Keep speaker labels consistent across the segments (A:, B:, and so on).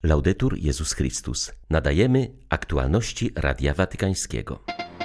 A: Laudetur Jezus Chrystus. Nadajemy aktualności Radia Watykańskiego.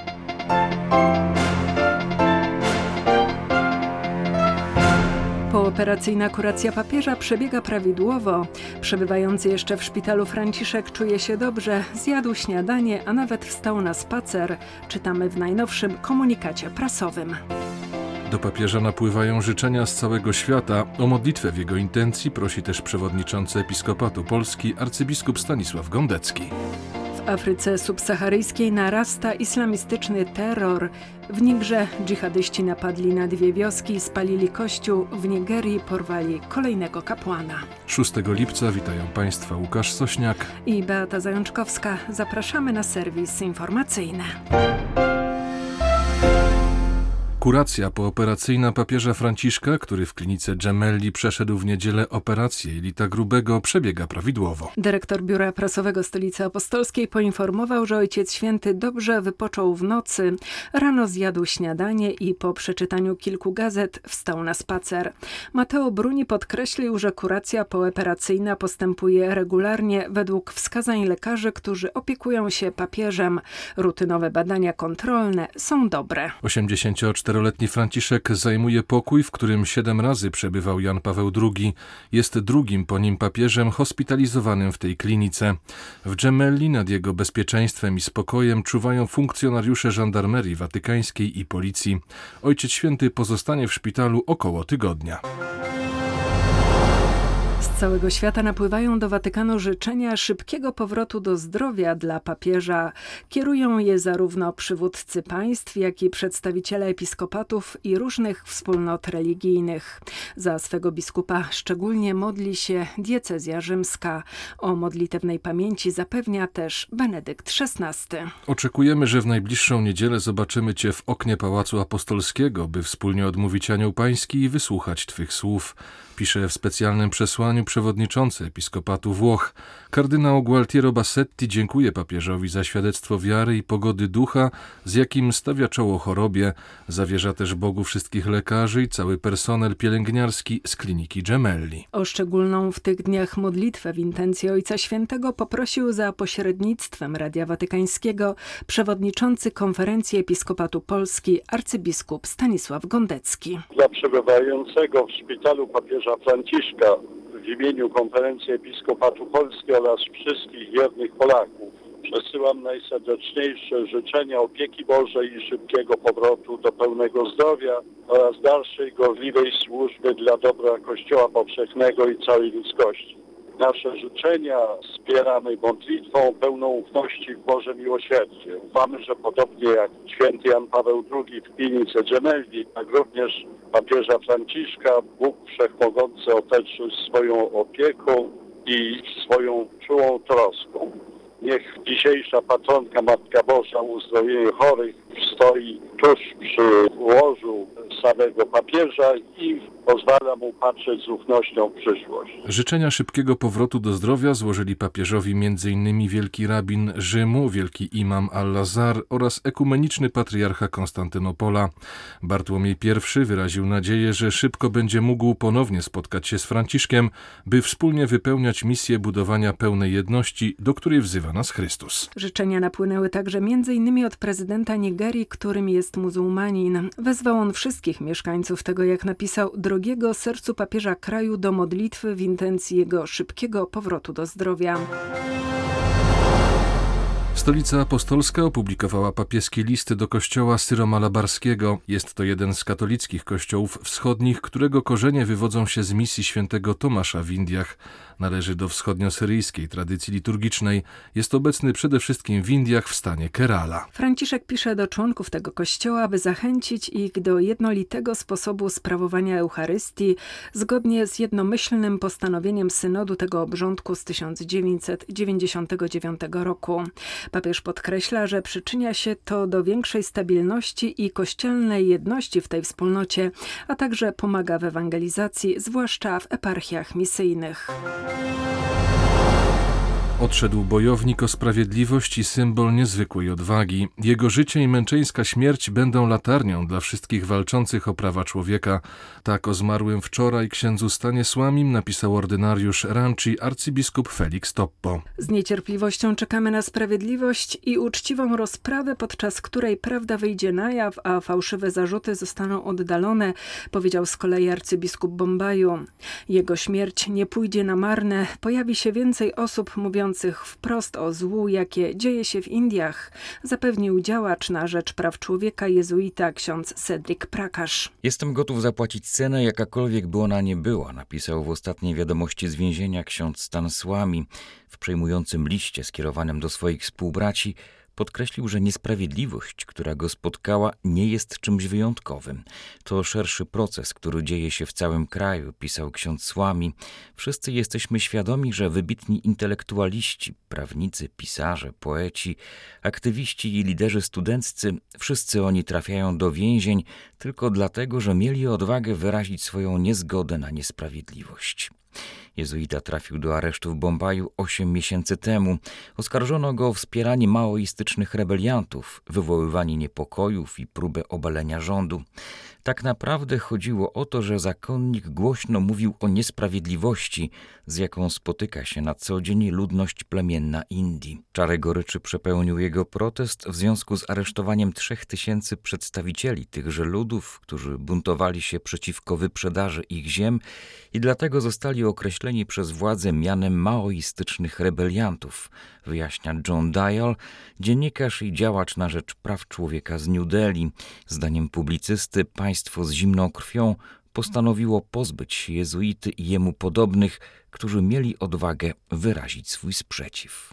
B: Pooperacyjna kuracja papieża przebiega prawidłowo. Przebywający jeszcze w szpitalu Franciszek czuje się dobrze, zjadł śniadanie, a nawet wstał na spacer. Czytamy w najnowszym komunikacie prasowym.
C: Do papieża napływają życzenia z całego świata. O modlitwę w jego intencji prosi też przewodniczący Episkopatu Polski arcybiskup Stanisław Gondecki.
B: W Afryce subsaharyjskiej narasta islamistyczny terror. W Nigrze dżihadyści napadli na 2 wioski i spalili kościół. W Nigerii porwali kolejnego kapłana.
C: 6 lipca witają Państwa Łukasz Sośniak
B: I Beata Zajączkowska. Zapraszamy na serwis informacyjny.
C: Kuracja pooperacyjna papieża Franciszka, który w klinice Gemelli przeszedł w niedzielę operację jelita grubego, przebiega prawidłowo.
B: Dyrektor Biura Prasowego Stolicy Apostolskiej poinformował, że Ojciec Święty dobrze wypoczął w nocy. Rano zjadł śniadanie i po przeczytaniu kilku gazet wstał na spacer. Matteo Bruni podkreślił, że kuracja pooperacyjna postępuje regularnie według wskazań lekarzy, którzy opiekują się papieżem. Rutynowe badania kontrolne są dobre.
C: 84-letni Franciszek zajmuje pokój, w którym 7 razy przebywał Jan Paweł II. Jest drugim po nim papieżem hospitalizowanym w tej klinice. W Gemelli nad jego bezpieczeństwem i spokojem czuwają funkcjonariusze żandarmerii watykańskiej i policji. Ojciec Święty pozostanie w szpitalu około tygodnia.
B: Z całego świata napływają do Watykanu życzenia szybkiego powrotu do zdrowia dla papieża. Kierują je zarówno przywódcy państw, jak i przedstawiciele episkopatów i różnych wspólnot religijnych. Za swego biskupa szczególnie modli się diecezja rzymska. O modlitewnej pamięci zapewnia też Benedykt XVI.
C: Oczekujemy, że w najbliższą niedzielę zobaczymy Cię w oknie Pałacu Apostolskiego, by wspólnie odmówić Anioł Pański i wysłuchać Twych słów. Pisze w specjalnym przesłaniu przewodniczący Episkopatu Włoch. Kardynał Gualtiero Bassetti dziękuje papieżowi za świadectwo wiary i pogody ducha, z jakim stawia czoło chorobie. Zawierza też Bogu wszystkich lekarzy i cały personel pielęgniarski z kliniki Gemelli.
B: O szczególną w tych dniach modlitwę w intencji Ojca Świętego poprosił za pośrednictwem Radia Watykańskiego przewodniczący Konferencji Episkopatu Polski arcybiskup Stanisław Gondecki.
D: Dla przebywającego w szpitalu papieża Franciszka w imieniu Konferencji Episkopatu Polski oraz wszystkich wiernych Polaków przesyłam najserdeczniejsze życzenia opieki Bożej i szybkiego powrotu do pełnego zdrowia oraz dalszej gorliwej służby dla dobra Kościoła Powszechnego i całej ludzkości. Nasze życzenia wspieramy modlitwą pełną ufności w Boże miłosierdzie. Ufamy, że podobnie jak święty Jan Paweł II w klinice Gemelli, tak również papieża Franciszka Bóg Wszechmogący otoczy swoją opieką i swoją czułą troską. Niech dzisiejsza patronka Matka Boża uzdrowienie chorych stoi tuż przy łożu samego papieża i pozwala mu patrzeć z ufnością w przyszłość.
C: Życzenia szybkiego powrotu do zdrowia złożyli papieżowi m.in. wielki rabin Rzymu, wielki imam Al-Lazar oraz ekumeniczny patriarcha Konstantynopola. Bartłomiej I wyraził nadzieję, że szybko będzie mógł ponownie spotkać się z Franciszkiem, by wspólnie wypełniać misję budowania pełnej jedności, do której wzywa nas Chrystus.
B: Życzenia napłynęły także m.in. od prezydenta Nigerii, którym jest muzułmanin. Wezwał on wszystkich mieszkańców tego, jak napisał, drogiego sercu papieża kraju do modlitwy w intencji jego szybkiego powrotu do zdrowia.
C: Stolica Apostolska opublikowała papieski list do kościoła Syro-Malabarskiego. Jest to jeden z katolickich kościołów wschodnich, którego korzenie wywodzą się z misji świętego Tomasza w Indiach. Należy do wschodniosyryjskiej tradycji liturgicznej. Jest obecny przede wszystkim w Indiach w stanie Kerala.
B: Franciszek pisze do członków tego kościoła, aby zachęcić ich do jednolitego sposobu sprawowania Eucharystii zgodnie z jednomyślnym postanowieniem synodu tego obrządku z 1999 roku. Papież podkreśla, że przyczynia się to do większej stabilności i kościelnej jedności w tej wspólnocie, a także pomaga w ewangelizacji, zwłaszcza w eparchiach misyjnych.
C: Odszedł bojownik o sprawiedliwość i symbol niezwykłej odwagi. Jego życie i męczeńska śmierć będą latarnią dla wszystkich walczących o prawa człowieka. Tak o zmarłym wczoraj księdzu Stanisławim napisał ordynariusz Ranchi arcybiskup Felix Toppo.
B: Z niecierpliwością czekamy na sprawiedliwość i uczciwą rozprawę, podczas której prawda wyjdzie na jaw, a fałszywe zarzuty zostaną oddalone, powiedział z kolei arcybiskup Bombaju. Jego śmierć nie pójdzie na marne. Pojawi się więcej osób mówiących wprost o złu, jakie dzieje się w Indiach, zapewnił działacz na rzecz praw człowieka jezuita ksiądz Cedric Prakash.
E: Jestem gotów zapłacić cenę, jakakolwiek by ona nie była, napisał w ostatniej wiadomości z więzienia ksiądz Stanisławi. W przejmującym liście skierowanym do swoich współbraci podkreślił, że niesprawiedliwość, która go spotkała, nie jest czymś wyjątkowym. To szerszy proces, który dzieje się w całym kraju, pisał ksiądz Słami. Wszyscy jesteśmy świadomi, że wybitni intelektualiści, prawnicy, pisarze, poeci, aktywiści i liderzy studenccy, wszyscy oni trafiają do więzień tylko dlatego, że mieli odwagę wyrazić swoją niezgodę na niesprawiedliwość. Jezuita trafił do aresztu w Bombaju 8 miesięcy temu. Oskarżono go o wspieranie maoistycznych rebeliantów, wywoływanie niepokojów i próbę obalenia rządu. Tak naprawdę chodziło o to, że zakonnik głośno mówił o niesprawiedliwości, z jaką spotyka się na co dzień ludność plemienna Indii. Czarę goryczy przepełnił jego protest w związku z aresztowaniem 3000 przedstawicieli tychże ludów, którzy buntowali się przeciwko wyprzedaży ich ziem i dlatego zostali określeni przez władze mianem maoistycznych rebeliantów, wyjaśnia John Dial, dziennikarz i działacz na rzecz praw człowieka z New Delhi. Zdaniem publicysty państwo z zimną krwią postanowiło pozbyć się jezuity i jemu podobnych, którzy mieli odwagę wyrazić swój sprzeciw.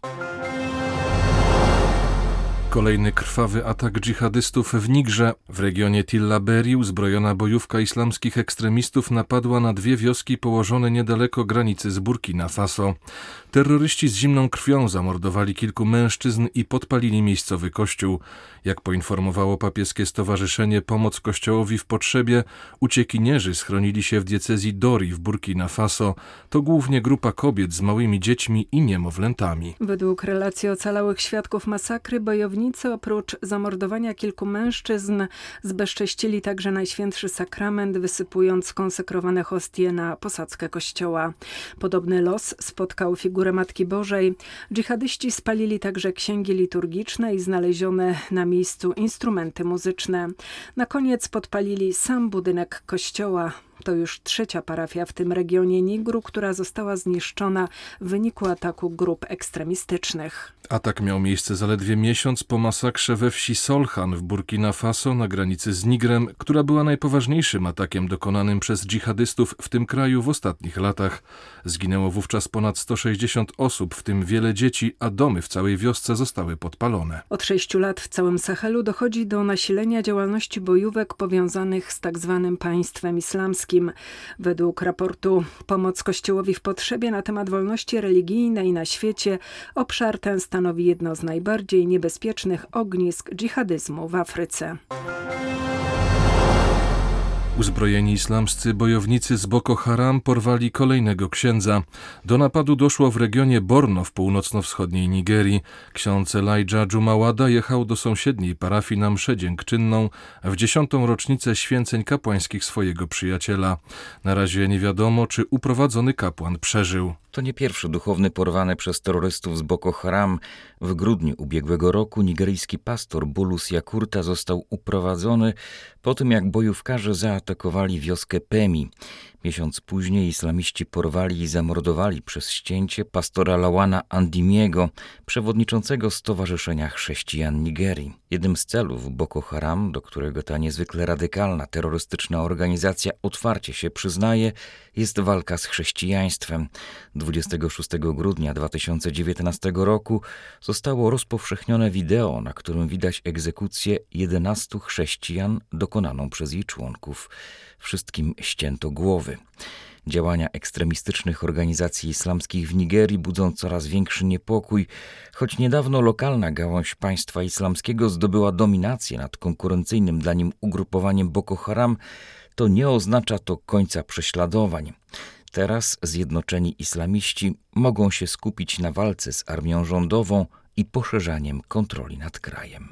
C: Kolejny krwawy atak dżihadystów w Nigrze. W regionie Tillaberi uzbrojona bojówka islamskich ekstremistów napadła na 2 wioski położone niedaleko granicy z Burkina Faso. Terroryści z zimną krwią zamordowali kilku mężczyzn i podpalili miejscowy kościół. Jak poinformowało papieskie stowarzyszenie Pomoc Kościołowi w Potrzebie, uciekinierzy schronili się w diecezji Dori w Burkina Faso. To głównie grupa kobiet z małymi dziećmi i niemowlętami.
B: Według relacji ocalałych świadków masakry bojownicy oprócz zamordowania kilku mężczyzn zbezcześcili także Najświętszy Sakrament, wysypując konsekrowane hostie na posadzkę kościoła. Podobny los spotkał figurę Matki Bożej. Dżihadyści spalili także księgi liturgiczne i znalezione na miejscu instrumenty muzyczne. Na koniec podpalili sam budynek kościoła. To już 3. parafia w tym regionie Nigru, która została zniszczona w wyniku ataku grup ekstremistycznych.
C: Atak miał miejsce zaledwie miesiąc po masakrze we wsi Solhan w Burkina Faso na granicy z Nigrem, która była najpoważniejszym atakiem dokonanym przez dżihadystów w tym kraju w ostatnich latach. Zginęło wówczas ponad 160 osób, w tym wiele dzieci, a domy w całej wiosce zostały podpalone.
B: Od 6 lat w całym Sahelu dochodzi do nasilenia działalności bojówek powiązanych z tzw. państwem islamskim. Według raportu Pomoc Kościołowi w Potrzebie na temat wolności religijnej na świecie obszar ten stanowi jedno z najbardziej niebezpiecznych ognisk dżihadyzmu w Afryce.
C: Uzbrojeni islamscy bojownicy z Boko Haram porwali kolejnego księdza. Do napadu doszło w regionie Borno w północno-wschodniej Nigerii. Ksiądz Elijah Jumawada jechał do sąsiedniej parafii na mszę dziękczynną w 10. rocznicę święceń kapłańskich swojego przyjaciela. Na razie nie wiadomo, czy uprowadzony kapłan przeżył.
E: To nie pierwszy duchowny porwany przez terrorystów z Boko Haram. W grudniu ubiegłego roku nigeryjski pastor Bulus Yakurta został uprowadzony po tym, jak bojówkarze zaatakowali wioskę Pemi. Miesiąc później islamiści porwali i zamordowali przez ścięcie pastora Lawana Andimiego, przewodniczącego Stowarzyszenia Chrześcijan Nigerii. Jednym z celów Boko Haram, do którego ta niezwykle radykalna, terrorystyczna organizacja otwarcie się przyznaje, jest walka z chrześcijaństwem. 26 grudnia 2019 roku zostało rozpowszechnione wideo, na którym widać egzekucję 11 chrześcijan dokonaną przez jej członków. Wszystkim ścięto głowy. Działania ekstremistycznych organizacji islamskich w Nigerii budzą coraz większy niepokój, choć niedawno lokalna gałąź państwa islamskiego zdobyła dominację nad konkurencyjnym dla nim ugrupowaniem Boko Haram, to nie oznacza to końca prześladowań. Teraz zjednoczeni islamiści mogą się skupić na walce z armią rządową i poszerzaniem kontroli nad krajem.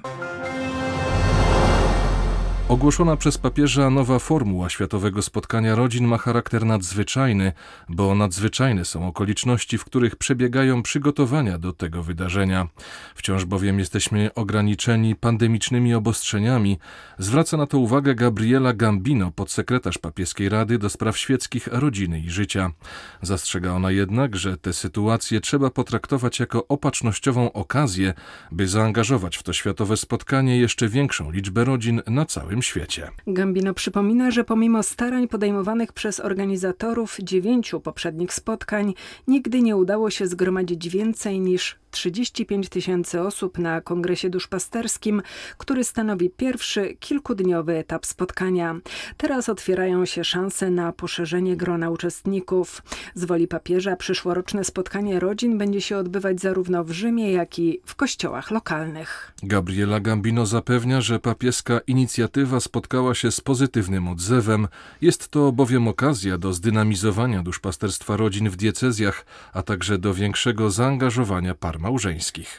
C: Ogłoszona przez papieża nowa formuła Światowego Spotkania Rodzin ma charakter nadzwyczajny, bo nadzwyczajne są okoliczności, w których przebiegają przygotowania do tego wydarzenia. Wciąż bowiem jesteśmy ograniczeni pandemicznymi obostrzeniami. Zwraca na to uwagę Gabriela Gambino, podsekretarz Papieskiej Rady do Spraw Świeckich, Rodziny i Życia. Zastrzega ona jednak, że tę sytuację trzeba potraktować jako opatrznościową okazję, by zaangażować w to światowe spotkanie jeszcze większą liczbę rodzin na całym świecie.
B: Gambino przypomina, że pomimo starań podejmowanych przez organizatorów 9 poprzednich spotkań, nigdy nie udało się zgromadzić więcej niż 35 000 osób na Kongresie Duszpasterskim, który stanowi pierwszy kilkudniowy etap spotkania. Teraz otwierają się szanse na poszerzenie grona uczestników. Z woli papieża przyszłoroczne spotkanie rodzin będzie się odbywać zarówno w Rzymie, jak i w kościołach lokalnych.
C: Gabriela Gambino zapewnia, że papieska inicjatywa spotkała się z pozytywnym odzewem. Jest to bowiem okazja do zdynamizowania duszpasterstwa rodzin w diecezjach, a także do większego zaangażowania par małżeńskich.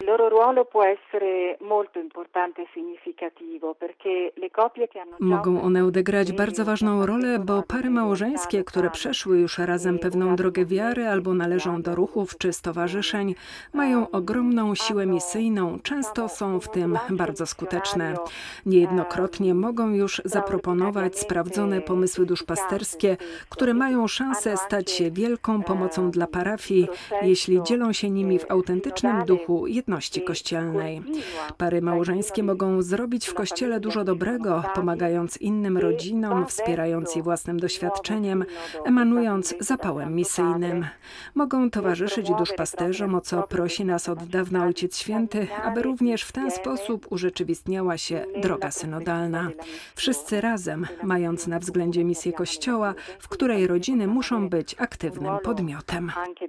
B: Mogą one odegrać bardzo ważną rolę, bo pary małżeńskie, które przeszły już razem pewną drogę wiary albo należą do ruchów czy stowarzyszeń, mają ogromną siłę misyjną, często są w tym bardzo skuteczne. Niejednokrotnie mogą już zaproponować sprawdzone pomysły duszpasterskie, które mają szansę stać się wielką pomocą dla parafii, jeśli dzielą się nimi w autentycznym duchu jedności kościelnej. Pary małżeńskie mogą zrobić w Kościele dużo dobrego, pomagając innym rodzinom, wspierając je własnym doświadczeniem, emanując zapałem misyjnym. Mogą towarzyszyć duszpasterzom, o co prosi nas od dawna Ojciec Święty, aby również w ten sposób urzeczywistniała się droga synodalna. Wszyscy razem, mając na względzie misję Kościoła, w której rodziny muszą być aktywnym podmiotem.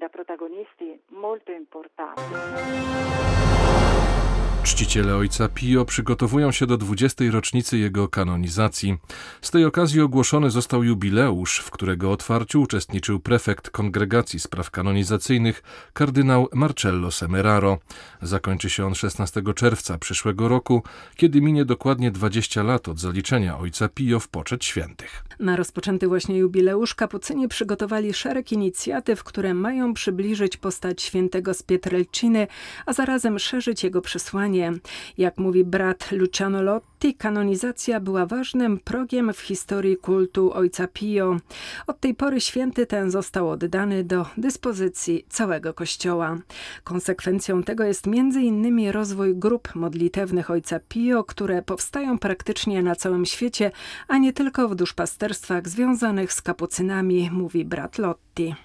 C: Czciciele Ojca Pio przygotowują się do 20. rocznicy jego kanonizacji. Z tej okazji ogłoszony został jubileusz, w którego otwarciu uczestniczył prefekt Kongregacji Spraw Kanonizacyjnych kardynał Marcello Semeraro. Zakończy się on 16 czerwca przyszłego roku, kiedy minie dokładnie 20 lat od zaliczenia Ojca Pio w poczet świętych.
B: Na rozpoczęty właśnie jubileusz kapucyni przygotowali szereg inicjatyw, które mają przybliżyć postać świętego z Pietrelciny, a zarazem szerzyć jego przesłanie. Jak mówi brat Luciano Lotti, kanonizacja była ważnym progiem w historii kultu Ojca Pio. Od tej pory święty ten został oddany do dyspozycji całego Kościoła. Konsekwencją tego jest m.in. rozwój grup modlitewnych Ojca Pio, które powstają praktycznie na całym świecie, a nie tylko w duszpasterstwach związanych z kapucynami, mówi brat Lotti.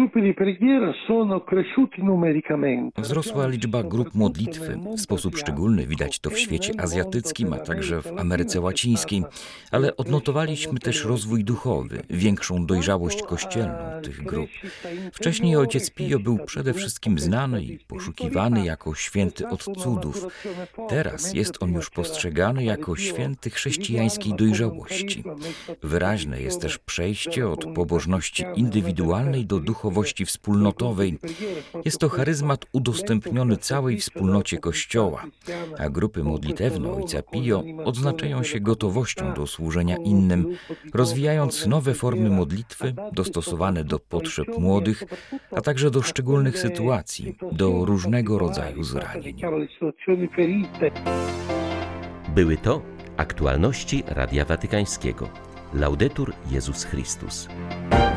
E: Wzrosła liczba grup modlitwy. W sposób szczególny widać to w świecie azjatyckim, a także w Ameryce Łacińskiej, ale odnotowaliśmy też rozwój duchowy, większą dojrzałość kościelną tych grup. Wcześniej Ojciec Pio był przede wszystkim znany i poszukiwany jako święty od cudów. Teraz jest on już postrzegany jako święty chrześcijańskiej dojrzałości. Wyraźne jest też przejście od pobożności indywidualnej do duchowości wspólnotowej. Jest to charyzmat udostępniony całej wspólnocie Kościoła, a grupy modlitewne Ojca Pio odznaczają się gotowością do służenia innym, rozwijając nowe formy modlitwy dostosowane do potrzeb młodych, a także do szczególnych sytuacji, do różnego rodzaju zranień.
A: Były to aktualności Radia Watykańskiego. Laudetur Jezus Chrystus.